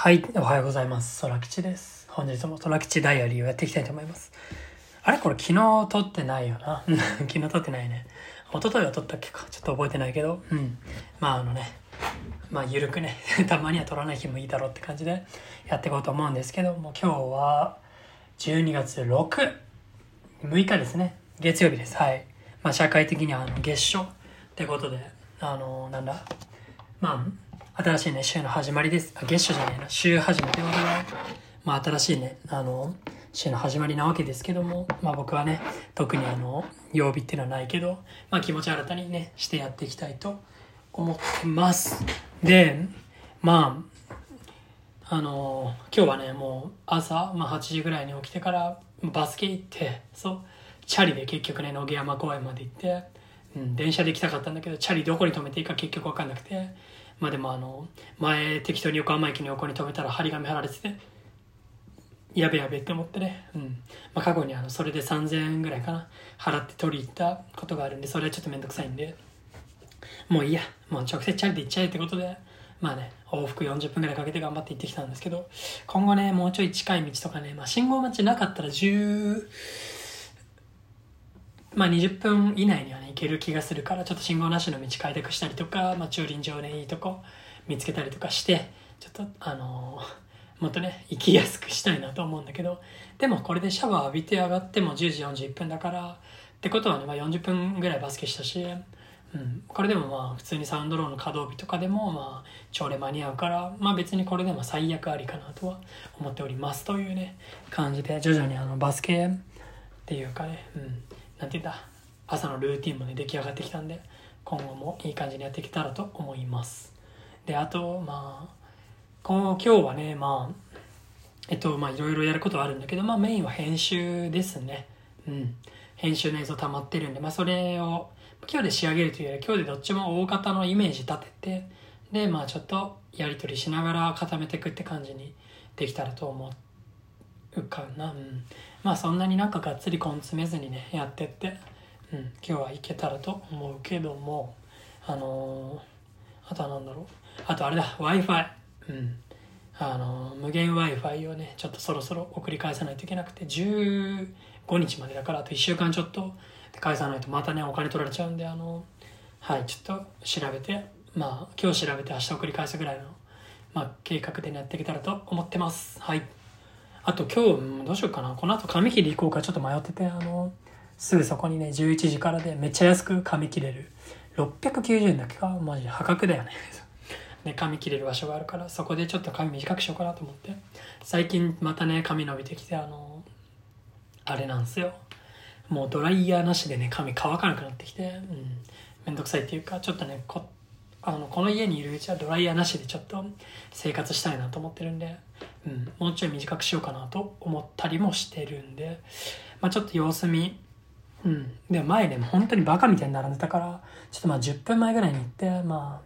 はい、おはようございます。空吉です。本日も空吉ダイアリーをやっていきたいと思います。あれこれ昨日撮ってないよな。昨日撮ってないね。一昨日は撮ったっけか。ちょっと覚えてないけど。ゆるくね、たまには撮らない日もいいだろうって感じでやっていこうと思うんですけども、今日は12月6日ですね。月曜日です。はい。社会的には月初ってことで、新しいね、週の始まりです。月初じゃないな、週始めということで、新しいね、週の始まりなわけですけども、僕はね、特に曜日っていうのはないけど、気持ち新たにね、してやっていきたいと思ってます。で、今日はね、もう朝、8時ぐらいに起きてからバスケ行って、チャリで結局ね、野毛山公園まで行って、電車で行きたかったんだけど、チャリどこに止めていいか結局分かんなくて、でも前適当に横浜駅の横に止めたら張り紙貼られてて、やべって思ってね、過去にそれで3000円ぐらいかな、払って取り行ったことがあるんで、それはちょっとめんどくさいんで、もういいや、もう直接チャリで行っちゃえってことで、往復40分ぐらいかけて頑張って行ってきたんですけど、今後ね、もうちょい近い道とかね、信号待ちなかったら20分以内にはね、行ける気がするから、ちょっと信号なしの道開拓したりとか、駐輪場でいいとこ見つけたりとかして、ちょっともっとね、行きやすくしたいなと思うんだけど、でもこれでシャワー浴びて上がっても10時41分だから、ってことはね、40分ぐらいバスケしたし、これでも普通にサウンドローの稼働日とかでも朝礼間に合うから、別にこれでも最悪ありかなとは思っておりますというね、感じで徐々にバスケっていうかね、朝のルーティンもね出来上がってきたんで、今後もいい感じにやっていけたらと思います。で、あと今日はねいろいろやることはあるんだけど、メインは編集ですね。編集の映像溜まってるんで、それを今日で仕上げるというより、今日でどっちも大方のイメージ立てて、でちょっとやり取りしながら固めていくって感じにできたらと思うかな。そんなにがっつり根詰めずにねやってって、今日はいけたらと思うけども、あとはあとあれだ、 Wi-Fi、無限 Wi-Fi をねちょっとそろそろ送り返さないといけなくて、15日までだから、あと1週間ちょっとで返さないとまたねお金取られちゃうんで、ちょっと調べて、今日調べて明日送り返すぐらいの計画でやっていけたらと思ってます。はい。あと今日どうしようかな、この後髪切り行こうかちょっと迷ってて、すぐそこにね11時からでめっちゃ安く髪切れる、690円だっけか、マジ破格だよねで髪切れる場所があるから、そこでちょっと髪短くしようかなと思って、最近またね髪伸びてきて、あれなんですよ、もうドライヤーなしでね髪乾かなくなってきて、めんどくさいっていうか、ちょっとねこの家にいるうちはドライヤーなしでちょっと生活したいなと思ってるんで、もうちょい短くしようかなと思ったりもしてるんで、ちょっと様子見、で前ね本当にバカみたいに並んでたから、ちょっと10分前ぐらいに行って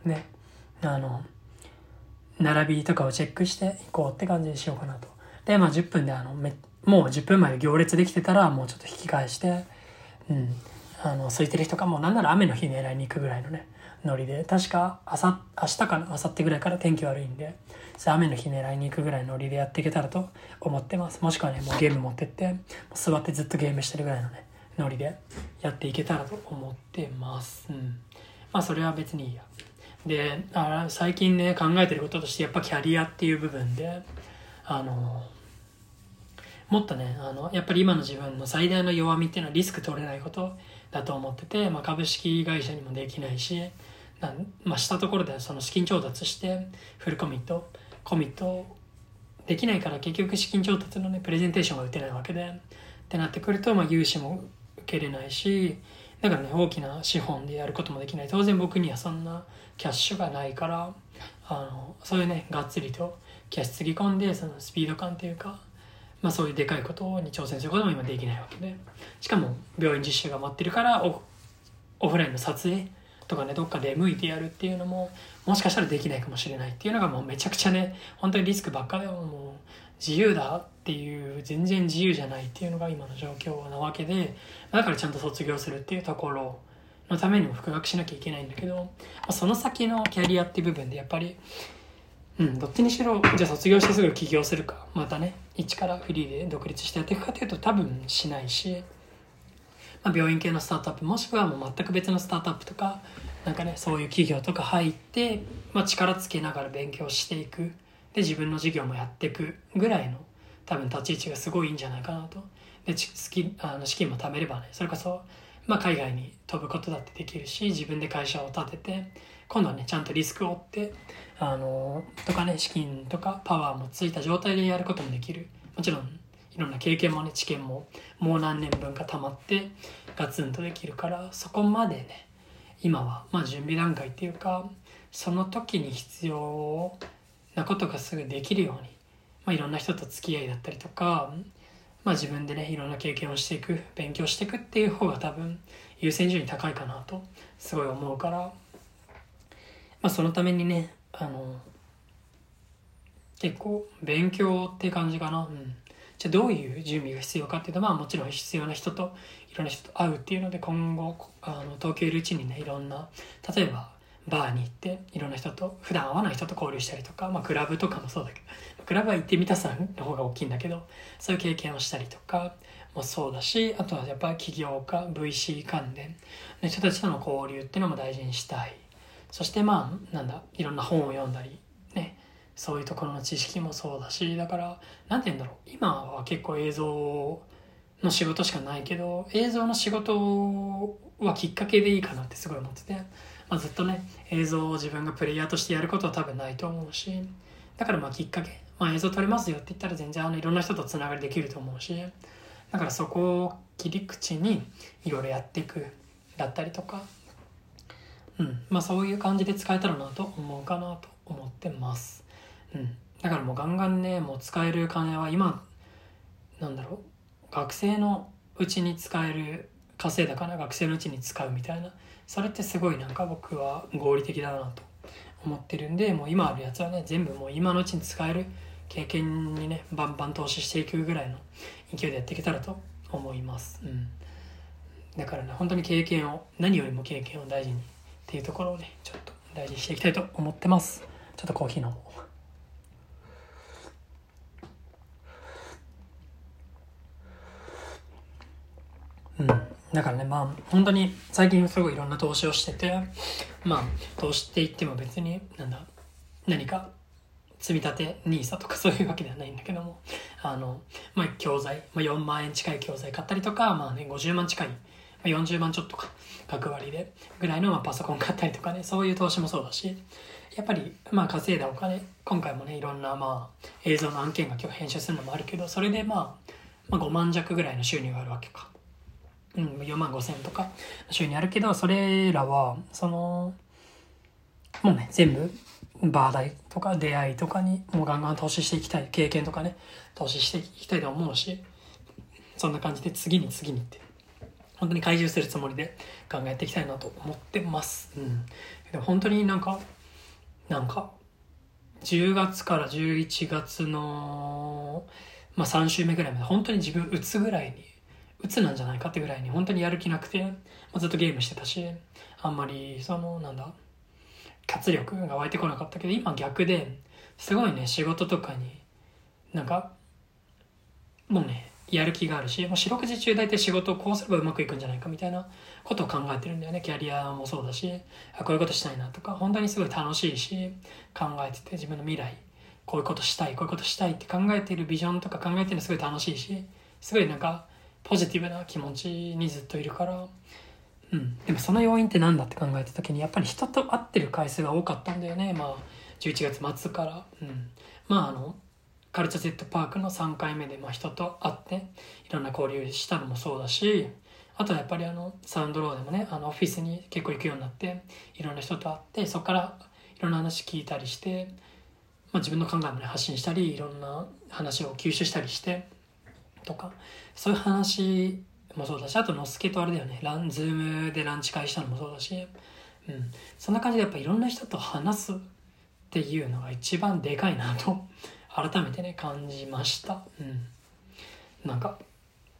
並びとかをチェックして行こうって感じにしようかなと。で10分でもう10分前で行列できてたらもうちょっと引き返して、空いてる人か、もうなんなら雨の日狙いに行くぐらいのねノリで、確か明日かな、明後日ぐらいから天気悪いんで、雨の日狙いに行くぐらいのノリでやっていけたらと思ってます。もしくはねもうゲーム持ってって座ってずっとゲームしてるぐらいのねノリでやっていけたらと思ってます。それは別にいいや。で、最近ね考えてることとして、やっぱキャリアっていう部分でもっとねやっぱり今の自分の最大の弱みっていうのはリスク取れないことだと思ってて、株式会社にもできないし、したところでその資金調達してフルコミットできないから、結局資金調達のねプレゼンテーションが打てないわけで、ってなってくると融資も受けれないし、だからね大きな資本でやることもできない。当然僕にはそんなキャッシュがないから、そういうねがっつりとキャッシュつぎ込んで、そのスピード感っていうか、そういうでかいことに挑戦することも今できないわけで、しかも病院実習が待ってるから、オフラインの撮影とかねどっか出向いてやるっていうのももしかしたらできないかもしれないっていうのが、もうめちゃくちゃね本当にリスクばっかで、もう自由だっていう、全然自由じゃないっていうのが今の状況なわけで、だからちゃんと卒業するっていうところのためにも復学しなきゃいけないんだけど、その先のキャリアっていう部分でやっぱりどっちにしろじゃあ卒業してすぐ起業するかまたね一からフリーで独立してやっていくかというと多分しないし、病院系のスタートアップもしくはもう全く別のスタートアップとかなんかねそういう企業とか入って、力つけながら勉強していくで自分の事業もやっていくぐらいの多分立ち位置がすごいいいんじゃないかなと。で資金も貯めればねそれこそ、海外に飛ぶことだってできるし自分で会社を立てて今度はねちゃんとリスクを負ってとかね資金とかパワーもついた状態でやることもできる。もちろんいろんな経験もね知見ももう何年分か溜まってガツンとできるからそこまでね今は準備段階っていうかその時に必要なことがすぐできるように、いろんな人と付き合いだったりとか、自分でねいろんな経験をしていく勉強していくっていう方が多分優先順位高いかなとすごい思うから、そのためにね結構勉強って感じかな。じゃあどういう準備が必要かっていうともちろん必要な人といろんな人と会うっていうので今後東京いるうちにねいろんな例えばバーに行っていろんな人と普段会わない人と交流したりとか、クラブとかもそうだけどクラブは行ってみたさの方が大きいんだけどそういう経験をしたりとかもそうだしあとはやっぱり起業家 VC 関連の人たちとの交流っていうのも大事にしたい。そしていろんな本を読んだりねそういうところの知識もそうだしだからなんて言うんだろう今は結構映像の仕事しかないけど映像の仕事はきっかけでいいかなってすごい思ってて、ずっとね映像を自分がプレイヤーとしてやることは多分ないと思うしだからきっかけ、映像撮れますよって言ったら全然いろんな人とつながりできると思うしだからそこを切り口にいろいろやっていくだったりとかそういう感じで使えたらなと思うかなと思ってます。だからもうガンガンねもう使える金は今学生のうちに使える稼いだから学生のうちに使うみたいなそれってすごい僕は合理的だなと思ってるんでもう今あるやつはね全部もう今のうちに使える経験にねバンバン投資していくぐらいの勢いでやっていけたらと思います。だからね本当に何よりも経験を大事にっていうところをねちょっと大事にしていきたいと思ってます。ちょっとコーヒー飲もう。だからね本当に最近すごいいろんな投資をしてて投資って言っても別に何か積み立て NISA とかそういうわけではないんだけども教材、4万円近い教材買ったりとか50万近い、40万ちょっとか学割でぐらいのパソコン買ったりとかねそういう投資もそうだしやっぱり稼いだお金今回もねいろんな映像の案件が今日編集するのもあるけどそれで5万弱ぐらいの収入があるわけか。4万5千とか収入あるけどそれらはもうね全部バー代とか出会いとかにもうガンガン投資していきたい経験とかね投資していきたいと思うしそんな感じで次にって本当に開充するつもりで考えていきたいなと思ってます。でも本当に10月から11月の3週目ぐらいまで本当に自分鬱なんじゃないかってぐらいに本当にやる気なくて、ずっとゲームしてたしあんまり活力が湧いてこなかったけど今逆ですごいね仕事とかにもうねやる気があるしもう四六時中大体仕事をこうすればうまくいくんじゃないかみたいなことを考えてるんだよね。キャリアもそうだしこういうことしたいなとか本当にすごい楽しいし考えてて自分の未来こういうことしたいって考えてるビジョンとか考えてるのすごい楽しいしすごいポジティブな気持ちにずっといるからでもその要因って何だって考えた時にやっぱり人と会ってる回数が多かったんだよね。11月末からカルチャー Z パークの3回目で人と会っていろんな交流したのもそうだしあとはやっぱりサウンドローでもねオフィスに結構行くようになっていろんな人と会ってそこからいろんな話聞いたりして、自分の考えもね発信したりいろんな話を吸収したりしてとかそういう話もそうだしあとのすけとあれだよねズームでランチ会したのもそうだし、そんな感じでやっぱいろんな人と話すっていうのが一番でかいなと改めてね感じました。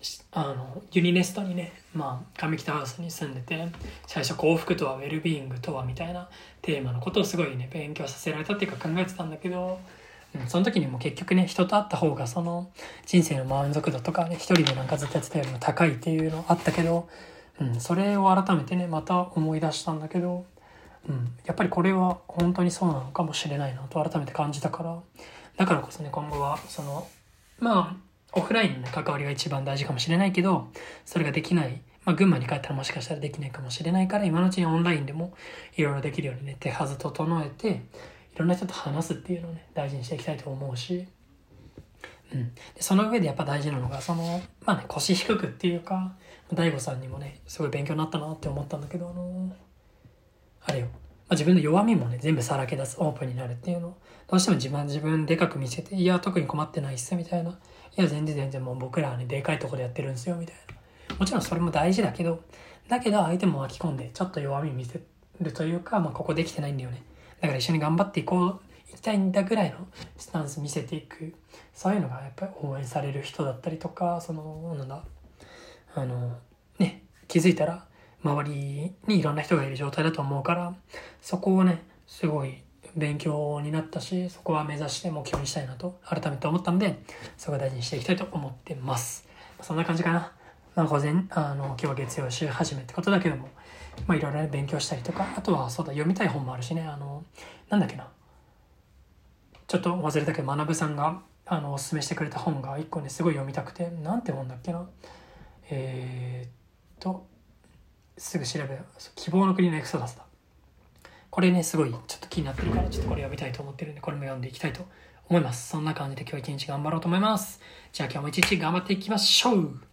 ユニネストにね、上北ハウスに住んでて、最初幸福とはウェルビーイングとはみたいなテーマのことをすごいね勉強させられたっていうか考えてたんだけど、その時にも結局ね、人と会った方がその人生の満足度とかね、一人でなんかずっとやってたよりも高いっていうのあったけど、それを改めてねまた思い出したんだけど、やっぱりこれは本当にそうなのかもしれないなと改めて感じたから、だからこそね今後はそのオフラインの、ね、関わりが一番大事かもしれないけど、それができない、群馬に帰ったらもしかしたらできないかもしれないから、今のうちにオンラインでもいろいろできるようにね手はず整えて、いろんな人と話すっていうのをね大事にしていきたいと思うし、でその上でやっぱ大事なのがその腰低くっていうか、大悟さんにもねすごい勉強になったなって思ったんだけど、あれよ、自分の弱みもね全部さらけ出す、オープンになるっていうの、どうしても自分でかく見せて、いや特に困ってないっすみたいな、いや全然もう僕らはねでかいとこでやってるんですよみたいな、もちろんそれも大事だけど相手も巻き込んでちょっと弱み見せるというか、ここできてないんだよね、だから一緒に頑張っていきたいんだぐらいのスタンス見せていく、そういうのがやっぱり応援される人だったりとか、気づいたら周りにいろんな人がいる状態だと思うから、そこをねすごい勉強になったし、そこは目指して目標にしたいなと改めて思ったので、そこを大事にしていきたいと思ってます。そんな感じかな。今日は月曜週始めってことだけども、いろいろ勉強したりとか、あとはそうだ、読みたい本もあるしね、なんだっけな、ちょっと忘れたけど、学さんがおすすめしてくれた本が一個ねすごい読みたくて、なんて本だっけな、すぐ調べる、希望の国のエクソダスだ。これねすごいちょっと気になってるから、ちょっとこれ読みたいと思ってるんで、これも読んでいきたいと思います。そんな感じで今日一日頑張ろうと思います。じゃあ今日も一日頑張っていきましょう。